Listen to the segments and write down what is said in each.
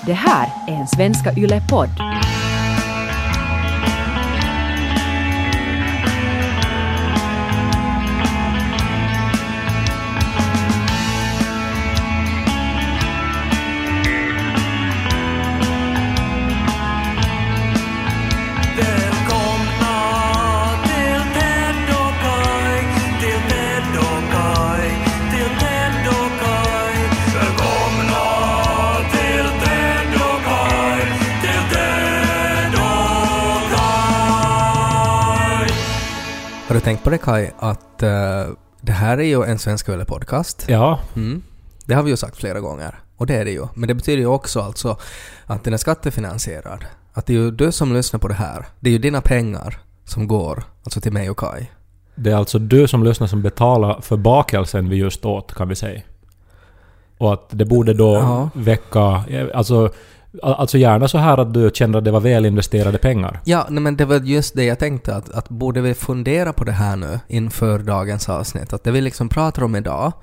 Det här är en Svenska Yle-podd. Har du tänkt på det, Kai, att det här är ju en Svenska Yle-podcast? Ja. Det har vi ju sagt flera gånger. Och det är det ju. Men det betyder ju också alltså att den är skattefinansierad. Att det är ju du som lyssnar på det här. Det är ju dina pengar som går alltså till mig och Kai. Det är alltså du som lyssnar som betalar för bakelsen vi just åt, kan vi säga. Och att det borde då väcka... Alltså gärna så här att du känner att det var väl investerade pengar. Ja, nej, men det var just det jag tänkte. Att borde vi fundera på det här nu inför dagens avsnitt. Att det vi liksom pratar om idag...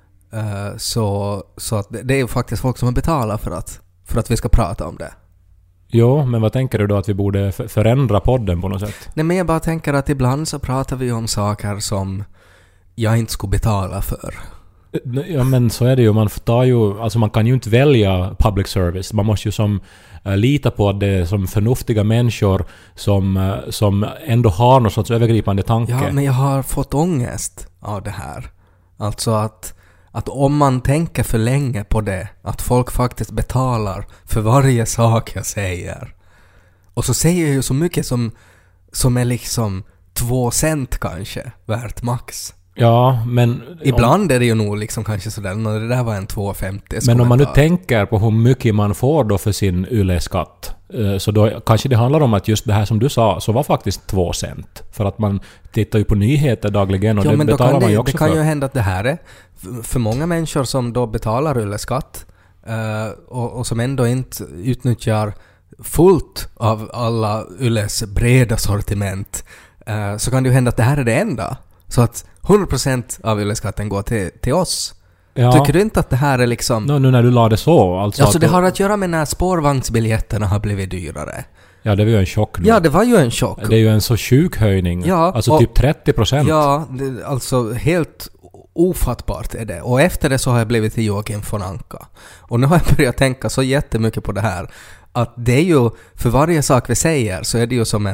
Så att det är ju faktiskt folk som har betalat för att vi ska prata om det. Jo, men vad tänker du då att vi borde förändra podden på något sätt? Nej, men jag bara tänker att ibland så pratar vi om saker som jag inte skulle betala för. Ja, men så är det ju. Man kan ju inte välja public service. Man måste ju som lita på att det är som förnuftiga människor som ändå har någon sorts övergripande tanke. Ja, men jag har fått ångest av det här. Alltså att om man tänker för länge på det, att folk faktiskt betalar för varje sak jag säger. Och så säger jag ju så mycket som är liksom 2 cent kanske, värt max. Ja, men... Ibland är det ju nog liksom kanske sådär, när det där var en 2,50. Men om man nu tänker på hur mycket man får då för sin YLE-skatt, så då kanske det handlar om att just det här som du sa, så var faktiskt 2 cent. För att man tittar ju på nyheter dagligen och det betalar man ju också för. Det kan ju hända att det här är för många människor som då betalar YLE-skatt och som ändå inte utnyttjar fullt av alla YLEs breda sortiment, så kan det ju hända att det här är det enda. Så att 100% av YLE-skatten går till oss. Ja. Tycker du inte att det här är liksom... Nu när du la det så. Alltså det har att göra med när spårvagnsbiljetterna har blivit dyrare. Ja, det var ju en chock nu. Ja, det var ju en chock. Det är ju en så sjuk höjning. Ja, alltså typ 30%. Ja, alltså helt ofattbart är det. Och efter det så har jag blivit till Joakim von Anka. Och nu har jag börjat tänka så jättemycket på det här. Att det är ju, för varje sak vi säger så är det ju som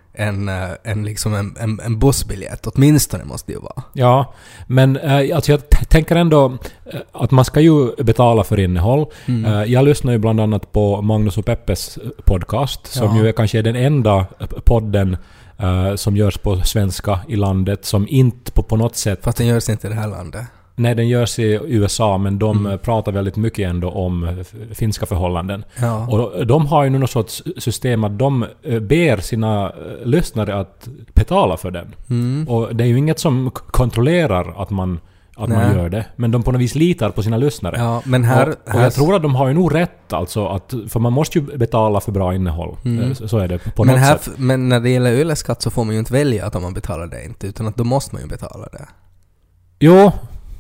en bussbiljett. Åtminstone måste det ju vara. Ja, men alltså jag tänker ändå att man ska ju betala för innehåll. Jag lyssnar ju bland annat på Magnus och Peppes podcast, som ju är kanske den enda podden som görs på svenska i landet, som inte på något sätt... Fast den görs inte i det här landet. Nej, den görs i USA, men de pratar väldigt mycket ändå om finska förhållanden. Ja. Och de har ju någon sorts system att de ber sina lyssnare att betala för den. Och det är ju inget som kontrollerar att man gör det, men de på något vis litar på sina lyssnare. Ja, men och jag tror att de har ju nog rätt, alltså, för man måste ju betala för bra innehåll. Så är det på något sätt. Men när det gäller YLE-skatt så får man ju inte välja att man betalar det inte, utan att då måste man ju betala det. Jo.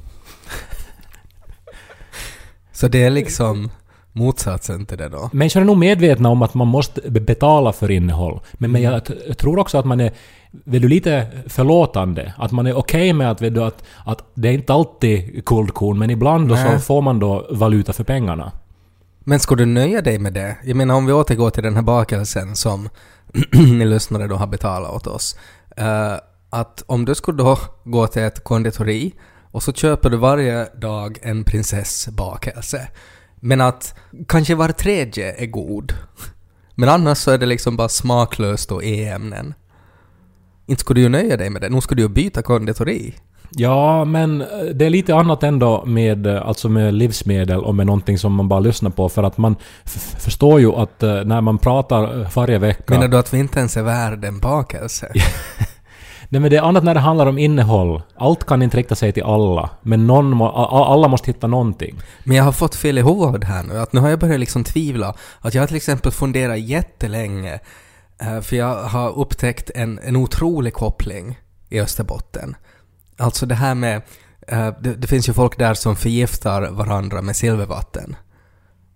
Så det är liksom motsatsen till det då. Människor är nog medvetna om att man måste betala för innehåll. Men jag tror också att man är väl lite förlåtande. Att man är okej med att det är inte alltid cold korn, men ibland då så får man då valuta för pengarna. Men ska du nöja dig med det? Jag menar, om vi återgår till den här bakelsen som ni lyssnare då har betalat åt oss. Att om du skulle då gå till ett konditori och så köper du varje dag en prinsessbakelse. Men att kanske var tredje är god. Men annars så är det liksom bara smaklöst och e-ämnen. Inte skulle du ju nöja dig med det. Nu skulle du ju byta konditori. Ja, men det är lite annat ändå med livsmedel och med någonting som man bara lyssnar på. För att man förstår ju att när man pratar varje vecka... Menar du att vi inte ens är värd en bakelse? Nej, men det är annat när det handlar om innehåll. Allt kan inte rikta sig till alla. Men alla måste hitta någonting. Men jag har fått fel i huvudet det här nu. Att nu har jag börjat liksom tvivla. Att jag har till exempel funderat jättelänge. För jag har upptäckt en otrolig koppling i Österbotten. Alltså det här med... Det finns ju folk där som förgiftar varandra med silvervatten.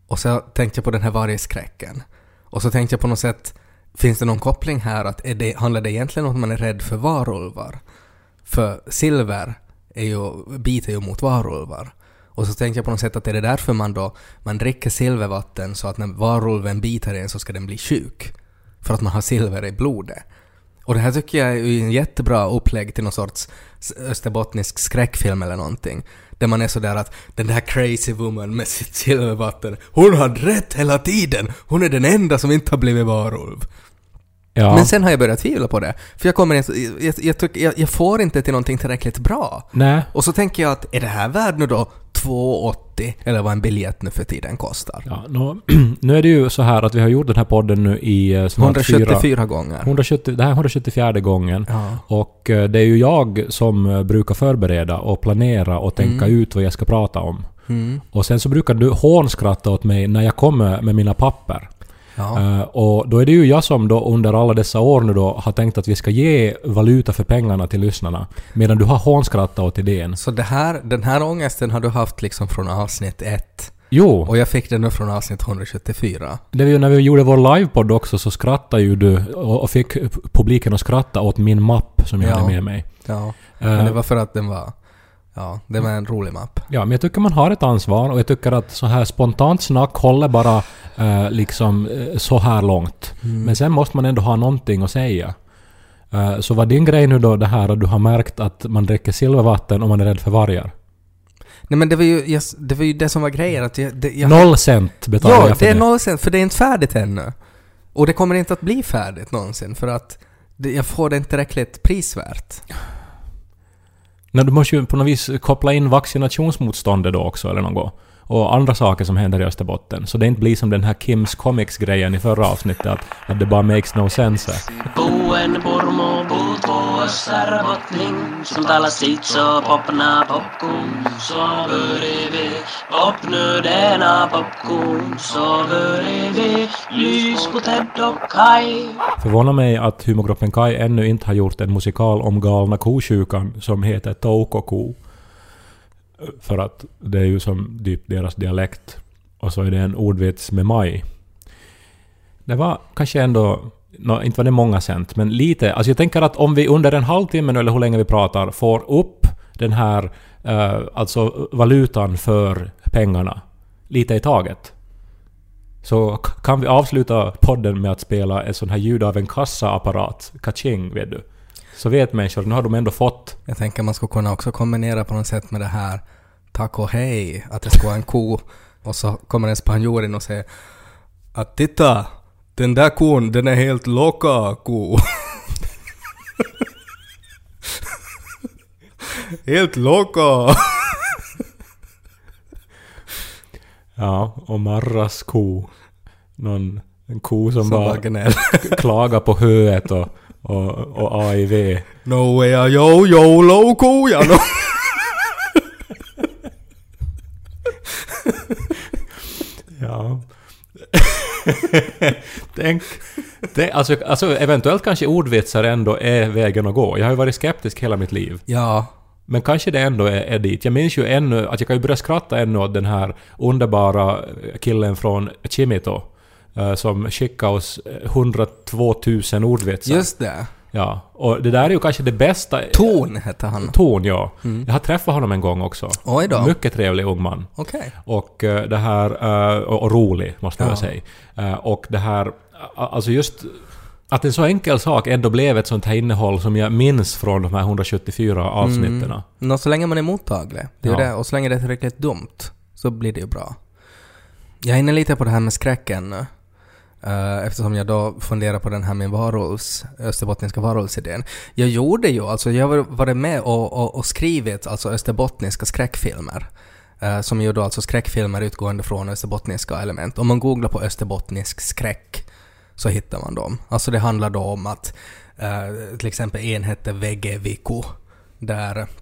Och så tänkte jag på den här vargskräcken. Och så tänkte jag på något sätt, finns det någon koppling här att handlar det egentligen om att man är rädd för varulvar? För silver biter ju mot varulvar. Och så tänkte jag på något sätt att är det därför man dricker silvervatten så att när varulven biter en så ska den bli sjuk. För att man har silver i blodet. Och det här tycker jag är en jättebra upplägg till någon sorts österbottnisk skräckfilm eller någonting. Där man är så där att den där crazy woman med sitt silvervatten, hon har rätt hela tiden. Hon är den enda som inte har blivit varulv. Ja. Men sen har jag börjat tvivla på det. För jag får inte till någonting tillräckligt bra. Nej. Och så tänker jag att är det här värd nu då 2,80 eller vad en biljett nu för tiden kostar? Ja, nu är det ju så här att vi har gjort den här podden nu i snart 174 gånger. Det här är 174 gången. Ja. Och det är ju jag som brukar förbereda och planera och tänka ut vad jag ska prata om. Och sen så brukar du hånskratta åt mig när jag kommer med mina papper. Ja. Och då är det ju jag som då under alla dessa år nu då har tänkt att vi ska ge valuta för pengarna till lyssnarna. Medan du har hånskrattat åt idén. Så den här ångesten har du haft liksom från avsnitt 1. Jo. Och jag fick den nu från avsnitt 174. Det var ju när vi gjorde vår livepodd också så skrattade ju du och fick publiken att skratta åt min mapp som jag hade med mig. Ja, men det var för att den var... Ja, det var en rolig mapp. Ja, men jag tycker man har ett ansvar och jag tycker att så här spontant snack håller bara så här långt. Men sen måste man ändå ha någonting att säga. Så var din grej nu då det här att du har märkt att man dricker silvervatten och man är rädd för vargar? Nej, men det var ju det som var grejen. Att jag 0 cent betalar jag för det. Ja, det är 0 cent för det är inte färdigt ännu. Och det kommer inte att bli färdigt någonsin för att jag får det inte tillräckligt prisvärt. Du måste ju på något vis koppla in vaccinationsmotståndet då också eller någon gång. Och andra saker som händer i Österbotten. Så det inte blir som den här Kims Comics-grejen i förra avsnittet att det bara makes no sense. Buen pormo puuttuu österbottning som talar sitt så popna popcorn så börjar vi popnu denna popcorn så börjar vi lys på Ted och Kai. Förvånar mig att humorgruppen Kai ännu inte har gjort en musikal om galna kosjukan som heter Toukoko. För att det är ju som typ deras dialekt. Och så är det en ordvits med maj. Det var kanske ändå... inte var det många cent, men lite. Alltså jag tänker att om vi under en halvtimme eller hur länge vi pratar får upp den här alltså valutan för pengarna lite i taget. Så kan vi avsluta podden med att spela ett sån här ljud av en kassaapparat. Kaching, vet du. Så vet människor, nu har de ändå fått... Jag tänker man ska kunna också kombinera på något sätt med det här tack och hej, att det ska vara en ko och så kommer en spanjor in och säger att titta, den där kon, den är helt loka ko. Helt loka. Ja, och Marras ko. En ko som bara klagar på höet och AIV. No way, yo, loco, ja, no. Ja. Tänk, alltså eventuellt kanske ordvitsar ändå är vägen att gå. Jag har ju varit skeptisk hela mitt liv. Ja. Men kanske det ändå är dit. Jag minns ju ännu att jag kan ju börja skratta ännu åt den här underbara killen från Chimito som skickade oss 102 000 ordvitsar. Just det. Ja, och det där är ju kanske det bästa... Ton heter han. Ton, ja. Jag har träffat honom en gång också. Oj då. Mycket trevlig ung man. Okej. Och det här... och rolig, måste jag säga. Och det här... Alltså just... Att en så enkel sak ändå blev ett sånt här innehåll som jag minns från de här 174 avsnitten. Så länge man är mottaglig. Det är det. Och så länge det är tillräckligt dumt så blir det ju bra. Jag är inne lite på det här med skräcken nu. Eftersom jag då funderar på den här med österbottniska varulvsidén. Jag gjorde ju, alltså jag var med och skrivit alltså österbottniska skräckfilmer. Som ju då alltså skräckfilmer utgående från österbottniska element. Om man googlar på österbottnisk skräck så hittar man dem. Alltså det handlar då om att till exempel en hette Vegeviku där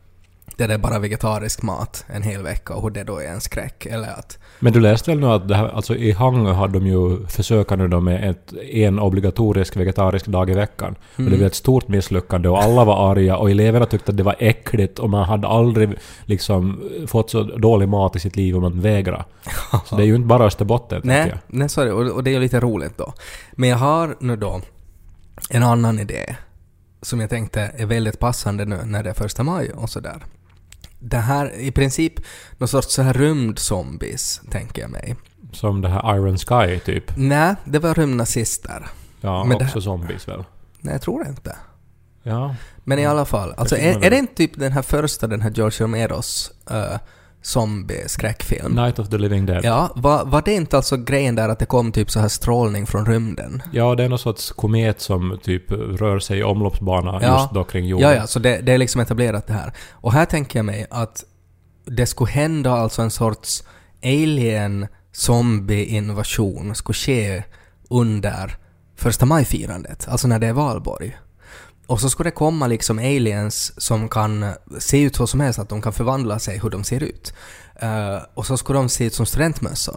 det är bara vegetarisk mat en hel vecka och hur det då är en skräck. Eller att... Men du läste väl nu att det här, alltså i Hangö hade de ju försökat nu då med en obligatorisk vegetarisk dag i veckan. Och det blev ett stort misslyckande och alla var arga och eleverna tyckte att det var äckligt och man hade aldrig liksom fått så dålig mat i sitt liv om man vägrar. Så det är ju inte bara Österbotten, tänker jag. Nej, så är det. Och det är ju lite roligt då. Men jag har nu då en annan idé som jag tänkte är väldigt passande nu när det är 1 maj och sådär. Det här i princip någon sorts så här rymdzombies, tänker jag mig. Som det här Iron Sky typ? Nej, det var rymdnazister. Ja, men också zombies väl? Nej, jag tror det inte. Ja. Men i alla fall, alltså är det inte typ den här George Romeros zombie-skräckfilm? Night of the Living Dead. Ja, var det inte alltså grejen där att det kom typ så här strålning från rymden? Ja, det är någon sorts komet som typ rör sig i omloppsbana just då kring jorden. Ja, så det är liksom etablerat det här. Och här tänker jag mig att det skulle hända alltså en sorts alien-zombie-invasion skulle ske under 1 maj-firandet, alltså när det är valborg. Och så skulle det komma liksom aliens som kan se ut så som helst, att de kan förvandla sig hur de ser ut. Och så skulle de se ut som studentmössor.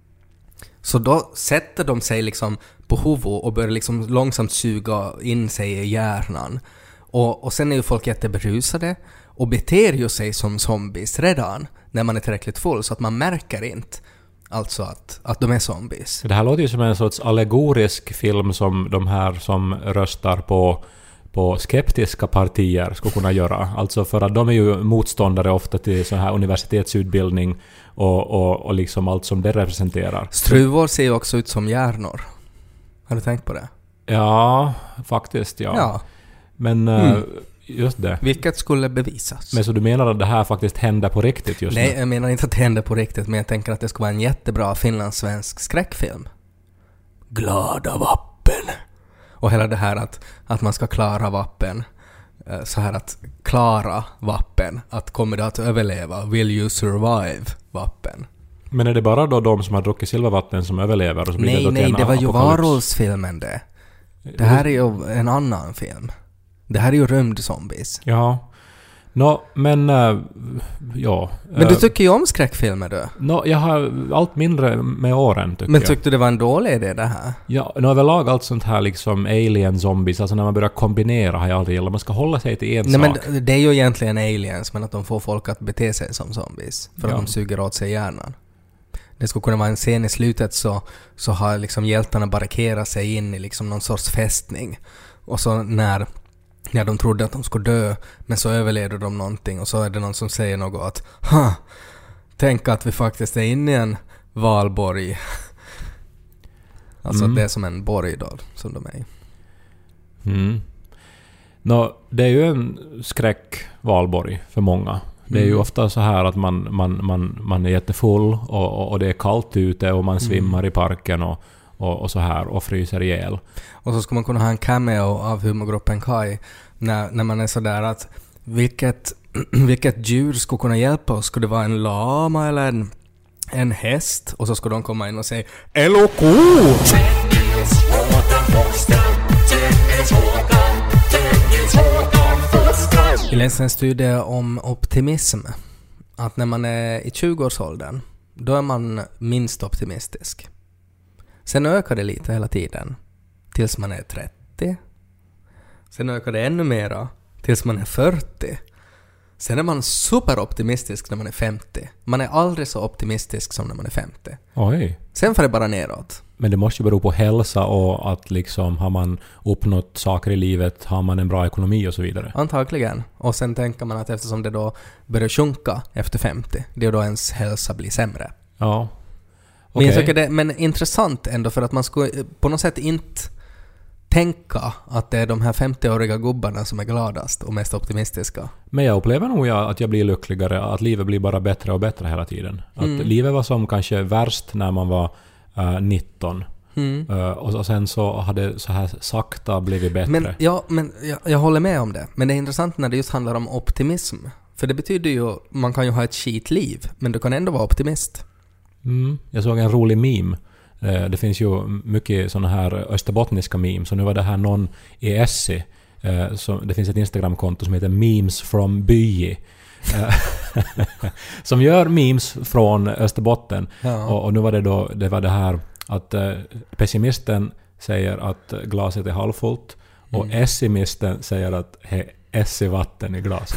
Så då sätter de sig liksom på huvudet och börjar liksom långsamt suga in sig i hjärnan. Och sen är ju folk jätteberusade och beter ju sig som zombies redan när man är tillräckligt full, så att man märker inte alltså att de är zombies. Det här låter ju som en sorts allegorisk film som de här som röstar på skeptiska partier skulle kunna göra. Alltså för att de är ju motståndare ofta till sån här universitetsutbildning och liksom allt som det representerar. Struvor ser ju också ut som hjärnor. Har du tänkt på det? Ja, faktiskt ja. Men just det. Vilket skulle bevisas. Men så du menar att det här faktiskt händer på riktigt just nu? Nej, jag menar inte att det händer på riktigt, men jag tänker att det skulle vara en jättebra finlandssvensk skräckfilm. Glada vappen. Och hela det här att man ska klara vappen. Så här att klara vappen. Att kommer det att överleva? Will you survive vappen? Men är det bara då de som har druckit silvervatten som överlever? Och så blir nej, det var ju Varulvsfilmen det. Det här är ju en annan film. Det här är ju rymdzombies. Ja. Men ja. Men du tycker ju om skräckfilmer du? Jag har allt mindre med åren tycker jag. Men tyckte du det var en dålig idé det här? Ja, överlag allt sånt här liksom alien zombies, alltså när man börjar kombinera har jag aldrig gillat. Man ska hålla sig till en sak. Men det är ju egentligen aliens, men att de får folk att bete sig som zombies. För att de suger åt sig hjärnan. Det skulle kunna vara en scen i slutet så har liksom hjältarna barrikerat sig in i liksom någon sorts fästning. Och så när de trodde att de skulle dö, men så överlevde de någonting och så är det någon som säger något att tänk att vi faktiskt är inne i en valborg. Alltså det är som en borg då, som de är i. Det är ju en skräckvalborg för många. Det är ju ofta så här att man är jättefull och det är kallt ute och man svimmar i parken och så här och fryser ihjäl. Och så ska man kunna ha en cameo av humorgruppen Kai när man är så där att vilket djur skulle kunna hjälpa oss? Skulle det vara en lama eller en häst? Och så ska de komma in och säga Eloko! Jag läste en studie om optimism. Att när man är i 20-årsåldern då är man minst optimistisk. Sen ökar det lite hela tiden tills man är 30. Sen ökar det ännu mera tills man är 40. Sen är man superoptimistisk när man är 50. Man är aldrig så optimistisk som när man är 50. Oj. Sen får det bara neråt. Men det måste ju bero på hälsa och att liksom har man uppnått saker i livet, har man en bra ekonomi och så vidare. Antagligen. Och sen tänker man att eftersom det då börjar sjunka efter 50, det är då ens hälsa blir sämre. Ja. Okay. Men jag tycker det är intressant ändå för att man skulle på något sätt inte tänka att det är de här 50-åriga gubbarna som är gladast och mest optimistiska. Men jag upplever nog att jag blir lyckligare, att livet blir bara bättre och bättre hela tiden. Att livet var som kanske värst när man var 19. Och sen så hade så här sakta blivit bättre. Men jag håller med om det. Men det är intressant när det just handlar om optimism. För det betyder ju, man kan ju ha ett skitliv, men du kan ändå vara optimist. Jag såg en rolig meme. Det finns ju mycket såna här österbottniska memes. Så nu var det här någon i Essi. Det finns ett Instagramkonto som heter Memes from Byi. som gör memes från Österbotten. Ja. Och nu var det var det här att pessimisten säger att glaset är halvfullt och essimisten säger att det är vatten i glaset.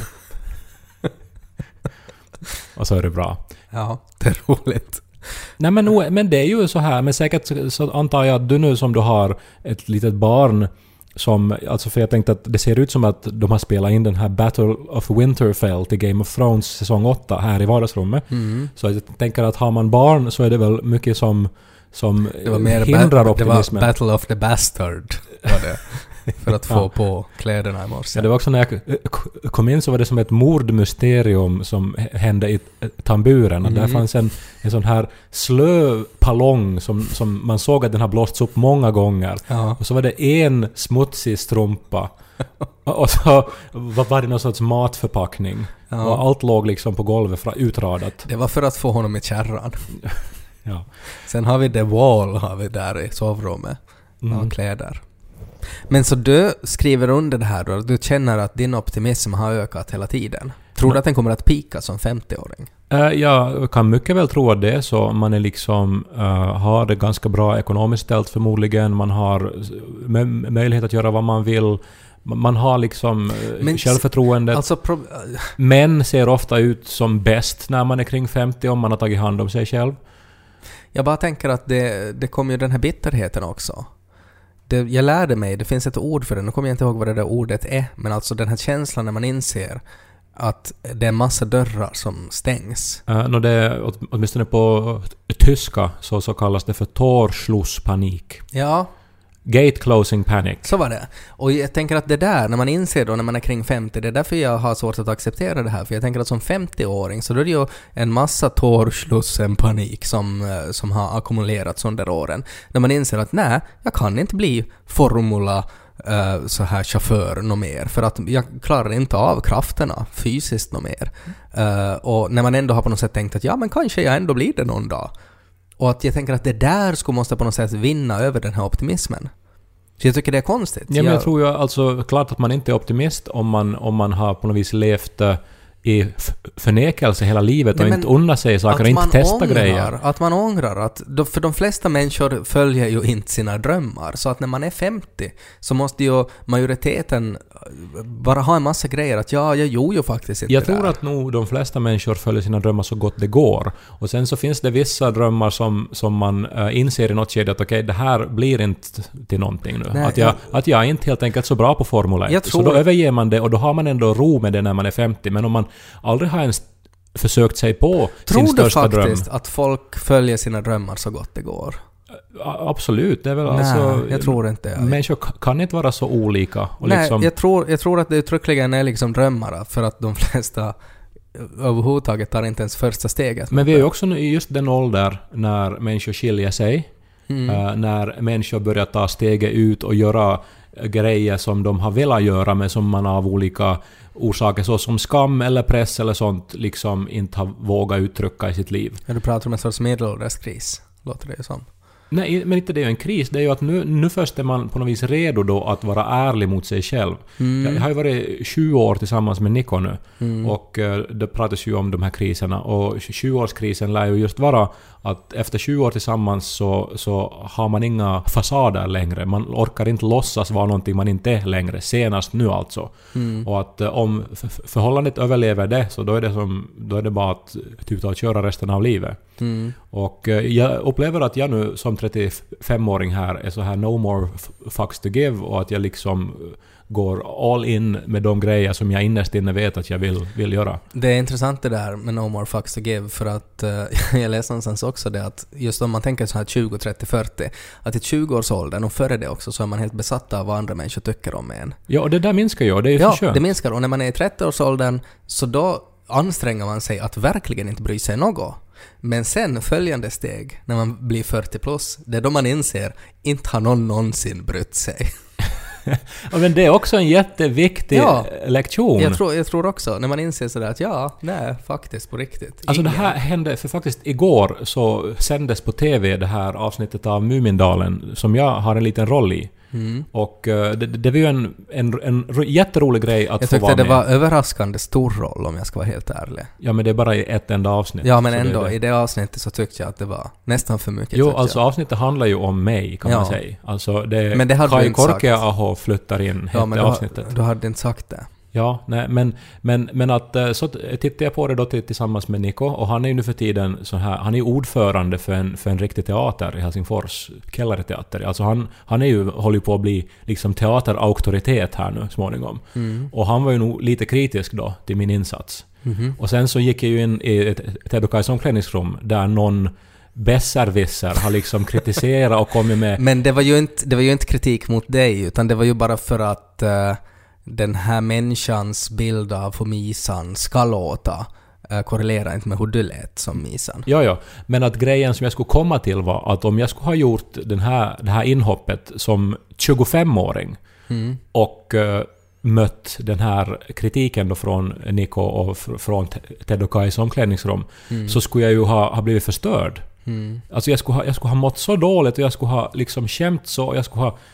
Och så är det bra. Ja, det är roligt. Nej, men det är ju så här. Men säkert så antar jag att du nu som du har ett litet barn som, alltså för jag tänkte att det ser ut som att de har spelat in den här Battle of Winterfell till Game of Thrones säsong 8 här i vardagsrummet. Så jag tänker att har man barn så är det väl mycket som det var mer hindrar optimismen. Det var Battle of the Bastard var det. För att få på kläderna i morse. Ja, det var också när jag kom in så var det som ett mordmysterium som hände i tamburen. Och där fanns en sån här slö pallong som man såg att den har blåsts upp många gånger. Ja. Och så var det en smutsig strumpa. Och så var det någon sorts matförpackning. Ja. Och allt låg liksom på golvet utradat. Det var för att få honom i kärran. Ja. Sen har vi The Wall har vi där i sovrummet. Ja, kläder. Men så du skriver under det här då, du känner att din optimism har ökat hela tiden. Tror du att den kommer att pika som 50-åring? Jag kan mycket väl tro att det är så. Man är liksom, har det ganska bra ekonomiskt ställt förmodligen. Man har möjlighet att göra vad man vill. Man har liksom självförtroendet. Alltså män ser ofta ut som bäst när man är kring 50 om man har tagit hand om sig själv. Jag bara tänker att det kommer ju den här bitterheten också. Jag lärde mig, det finns ett ord för det, nu kommer jag inte ihåg vad det där ordet är, men alltså den här känslan när man inser att det är en massa dörrar som stängs. Det är, åtminstone på tyska så kallas det för Torschlusspanik. Ja. Gate closing panic. Så var det. Och jag tänker att det där, när man inser då när man är kring 50, det är därför jag har svårt att acceptera det här. För jag tänker att som 50-åring så är det ju en massa Torschlussen-panik som har ackumulerats under åren. När man inser att nej, jag kan inte bli formula så här chaufför något mer. För att jag klarar inte av krafterna fysiskt något mer. Och när man ändå har på något sätt tänkt att ja, men kanske jag ändå blir det någon dag. Och att jag tänker att det där skulle måste på något sätt vinna över den här optimismen. Så jag tycker det är konstigt. Ja, men jag tror ju alltså klart att man inte är optimist om man har på något vis levt i förnekelse hela livet och inte unna sig saker och inte testa grejer. Att man ångrar. För de flesta människor följer ju inte sina drömmar. Så att när man är 50 så måste ju majoriteten bara ha en massa grejer. Att jag gjorde ju faktiskt inte jag tror att nog de flesta människor följer sina drömmar så gott det går. Och sen så finns det vissa drömmar som man inser i något skede att okej, det här blir inte till någonting nu. Nej, att jag är inte helt enkelt så bra på Formula 1. Så då överger man det och då har man ändå ro med det när man är 50. Men om man aldrig har ens försökt sig på sin största dröm. Tror du faktiskt att folk följer sina drömmar så gott det går? Absolut, det är väl. Nej, alltså, jag tror inte. Människor kan inte vara så olika. Och nej, liksom, jag tror att det uttryckligen är liksom drömmar för att de flesta överhuvudtaget tar inte ens första steget. Men vi är ju också i just den ålder när människor skiljer sig. När människor börjar ta steget ut och göra grejer som de har velat göra men som man av olika orsaker så som skam eller press eller sånt liksom inte har vågat uttrycka i sitt liv. Ja, du pratar om en sorts medelålderskris, låter det ju som. Nej, men inte det är ju en kris. Det är ju att nu först är man på något vis redo då att vara ärlig mot sig själv. Jag har ju varit 20 år tillsammans med Nico nu. Och det pratas ju om de här kriserna. Och 20-årskrisen lär ju just vara att efter 20 år tillsammans så har man inga fasader längre. Man orkar inte låtsas vara någonting man inte är längre. Senast nu alltså. Och att om förhållandet överlever det så då är det bara att tuta och köra resten av livet. Och jag upplever att jag nu som 35-åring här är så här no more fucks to give och att jag liksom går all in med de grejer som jag innerst inne vet att jag vill göra. Det är intressant det där med no more fucks to give för att jag läste någonstans också det att just om man tänker så här 20, 30, 40 att i 20-årsåldern och före det också så är man helt besatt av vad andra människor tycker om en. Ja, och det där minskar ju, det är ju för skönt. Det minskar och när man är i 30-årsåldern så då anstränger man sig att verkligen inte bry sig något. Men sen följande steg, när man blir 40 plus, det är då man inser inte har någon någonsin brytt sig. Ja, men det är också en jätteviktig lektion. Jag tror också, när man inser sådär att faktiskt på riktigt. Alltså det här hände, för faktiskt igår så sändes på TV det här avsnittet av Mumindalen som jag har en liten roll i. Och det var ju en jätterolig grej att få vara med. Jag tyckte det var överraskande stor roll, om jag ska vara helt ärlig. Ja, men det är bara i ett enda avsnitt. Ja, men ändå, i det avsnittet så tyckte jag att det var nästan för mycket. Jo, alltså avsnittet handlar ju om mig, kan man säga. Alltså, men det hade Kai du inte sagt. Korkeaho flyttar in, hette avsnittet. Du hade inte sagt det. Ja, nej, men att så tittar jag på det då tillsammans med Niko, och han är ju nu för tiden så här, han är ju ordförande för en riktig teater i Helsingfors, Kellarteater. Alltså han är ju, håller ju på att bli liksom teaterauktoritet här nu småningom. Och han var ju nog lite kritisk då till min insats. Och sen så gick jag ju in i ett Tedokais omklädningsrum där någon besserwisser har liksom kritiserat och kommit med... Men det var ju inte kritik mot dig, utan det var ju bara för att den här människans bild av Misan ska låta korrelera inte med hur du lät som Misan. Ja, men att grejen som jag skulle komma till var att om jag skulle ha gjort det här inhoppet som 25-åring och mött den här kritiken då från Niko och från Tedokais omklädningsrum, så skulle jag ju ha blivit förstörd. Alltså jag skulle ha mått så dåligt, och jag skulle ha liksom kämt så, och jag skulle ha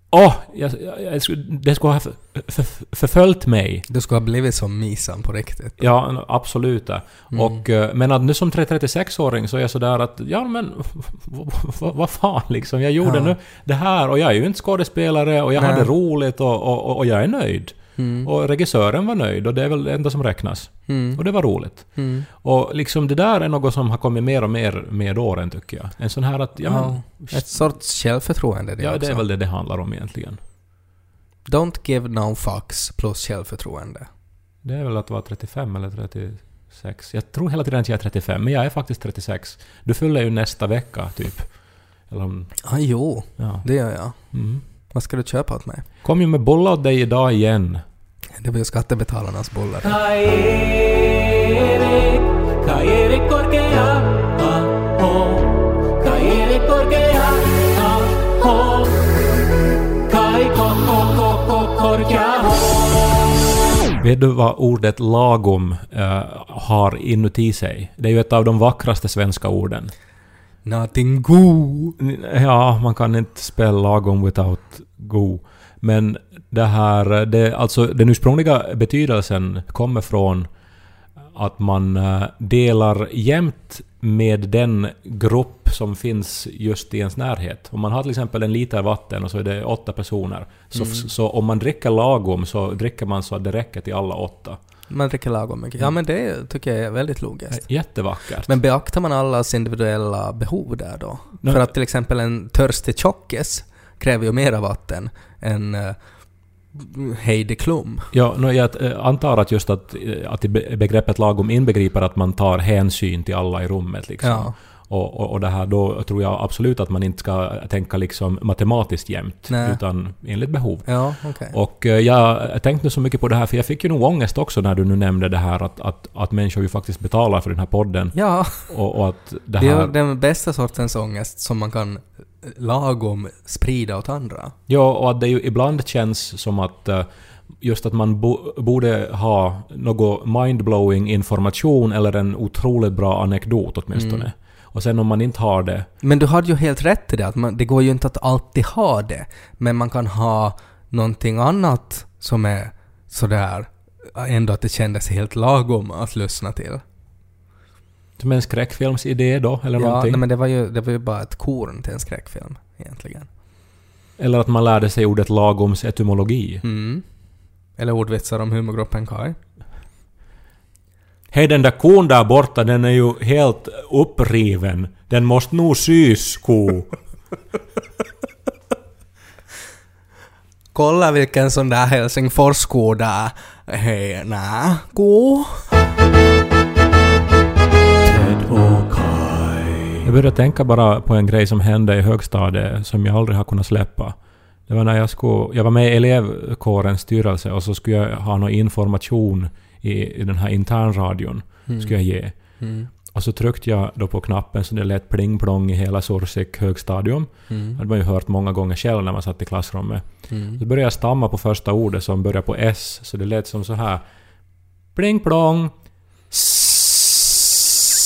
det skulle ha förföljt mig. Du skulle ha blivit som Misan på riktigt. Ja, absolut. Och, men att nu som 36-åring så är jag sådär att ja, men vad fan liksom, jag gjorde nu det här, och jag är ju inte skådespelare, och jag hade roligt, och jag är nöjd. Och regissören var nöjd, och det är väl det enda som räknas. Och det var roligt. Och liksom det där är något som har kommit mer och mer med åren, tycker jag. En sån här att ett sorts självförtroende det också. Det är väl det handlar om egentligen. Don't give no fucks plus självförtroende. Det är väl att vara 35 eller 36. Jag tror hela tiden att jag är 35, men jag är faktiskt 36. Du fyller ju nästa vecka typ. Eller jo, det gör jag. Vad ska du köpa åt mig? Kom ju med bullar åt dig idag igen. Det blir ju skattebetalarnas bullar. Kai Korkea, Kai Korkea, Kai Korkea. Vet du vad ordet lagom har inuti sig? Det är ju ett av de vackraste svenska orden. Nothing go. Ja, man kan inte spela lagom without go. Men alltså den ursprungliga betydelsen kommer från att man delar jämnt med den grupp som finns just i ens närhet. Om man har till exempel 1 liter vatten och så är det 8 personer. Så om man dricker lagom så dricker man så att det räcker till alla 8. Man dricker lagom mycket. Ja, men det tycker jag är väldigt logiskt. Jättevackert. Men beaktar man allas individuella behov där då? För att till exempel en törstig tjockis kräver ju mera vatten än Heidi Klum. Ja, jag antar att just att begreppet lagom inbegriper att man tar hänsyn till alla i rummet liksom. Ja. Och det här, då tror jag absolut att man inte ska tänka liksom matematiskt jämt, utan enligt behov. Ja, okay. Och jag tänkte så mycket på det här, för jag fick ju nog ångest också när du nu nämnde det här att människor ju faktiskt betalar för den här podden. Ja, och att det är den bästa sortens ångest som man kan lagom sprida åt andra. Ja, och att det ju ibland känns som att just att man borde ha något mindblowing information eller en otroligt bra anekdot åtminstone. Och sen om man inte har det... Men du hade ju helt rätt i det. Att det går ju inte att alltid ha det. Men man kan ha någonting annat som är sådär ändå att det kändes helt lagom att lyssna till. Som en skräckfilmsidé då? Eller någonting? Nej, men det var ju bara ett korn till en skräckfilm egentligen. Eller att man lärde sig ordet lagoms etymologi. Eller ordvitsar om humorgruppen Kai. Hej, den där kon där borta, den är ju helt uppriven. Den måste nog sys, ko. Kolla vilken sån där Helsingfors-ko där. Hej, ko. Jag började tänka bara på en grej som hände i högstadiet som jag aldrig har kunnat släppa. Det var när jag var med i elevkårens styrelse, och så skulle jag ha någon information i den här internradion skulle jag ge. Och så tryckte jag då på knappen så det lät pling-plong i hela Sorsik högstadium. Det hade man ju hört många gånger själv när man satt i klassrummet. Så började jag stamma på första ordet som började på S, så det lät som så här: pling-plong.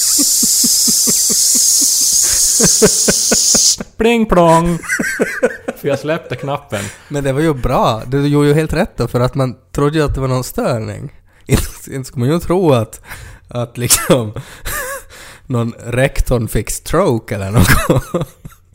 Pling-plong. För jag släppte knappen. Men det var ju bra. Du gjorde ju helt rätt då, för att man trodde ju att det var någon störning. Inte skulle man ju tro att liksom någon rektorn fick stroke eller något.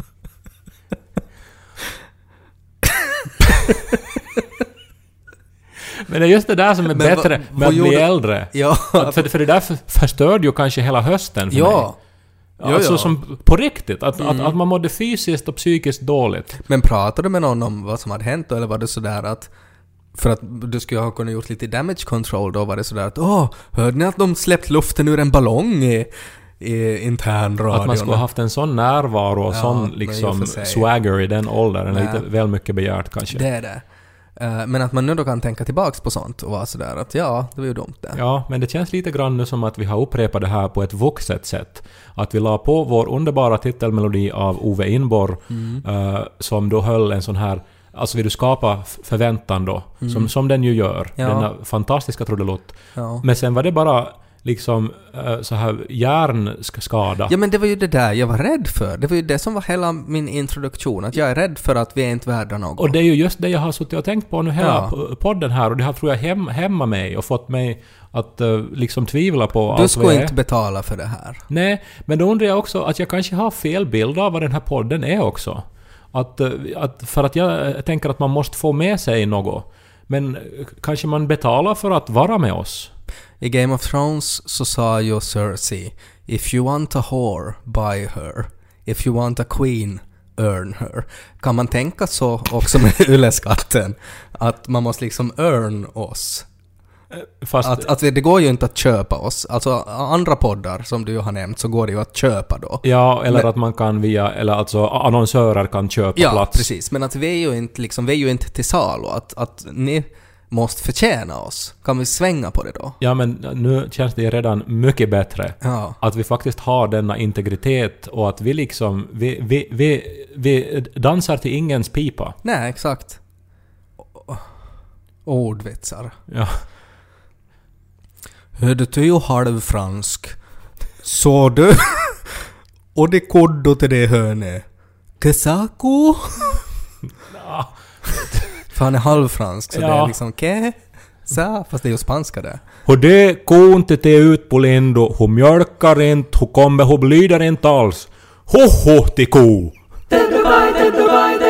Men det är just det där som är bättre med att bli äldre. Ja. För det där förstörde ju kanske hela hösten för mig. Alltså som på riktigt. Att man mådde fysiskt och psykiskt dåligt. Men pratade du med någon om vad som hade hänt då? Eller var det sådär att för att du skulle ha kunnat gjort lite damage control då var det sådär att hörde ni att de släppt luften ur en ballong i internradion? Att man skulle ha haft en sån närvaro och sån liksom swagger i den åldern. Lite väl mycket begärt kanske. Det är det. Men att man nu då kan tänka tillbaks på sånt och vara sådär att det var ju dumt det. Ja, men det känns lite grann nu som att vi har upprepat det här på ett vuxet sätt. Att vi la på vår underbara titelmelodi av Ove Inborg som då höll en sån här, alltså vill du skapa förväntan då, som den ju gör. Denna fantastiska trudelutt. Ja. Men sen var det bara liksom så här hjärnskada. Ja, men det var ju det där jag var rädd för. Det var ju det som var hela min introduktion. Att jag är rädd för att vi är inte värda något. Och det är ju just det jag har suttit och tänkt på nu hela podden här. Och det har, tror jag, hämmat mig och fått mig att liksom tvivla på du ska inte betala för det här. Nej, men då undrar jag också att jag kanske har fel bild av vad den här podden är också. För att jag tänker att man måste få med sig något. Men kanske man betalar för att vara med oss. I Game of Thrones så sa ju Cersei, if you want a whore, buy her. If you want a queen, earn her. Kan man tänka så också med Yle-skatten? Att man måste liksom earn oss. Fast att det går ju inte att köpa oss. Alltså andra poddar som du har nämnt så går det ju att köpa då. Ja, eller att man kan eller alltså annonsörer kan köpa plats. Ja, precis. Men att vi är ju inte till salu. Att ni måste förtjäna oss. Kan vi svänga på det då? Ja, men nu känns det redan mycket bättre. Ja. Att vi faktiskt har denna integritet och att vi liksom vi dansar till ingens pipa. Nej, exakt. Ordvitsar. Ja. Hörde du ju halvfransk. Så du. Och det koddo till det hörne. Kesako. Ja. För han är halvfransk så det är liksom fast det är ju spanska det. Och det konte te ut på lindo. Hon mjölkar inte. Hon kommer. Hon blyder inte alls. Ho till ko.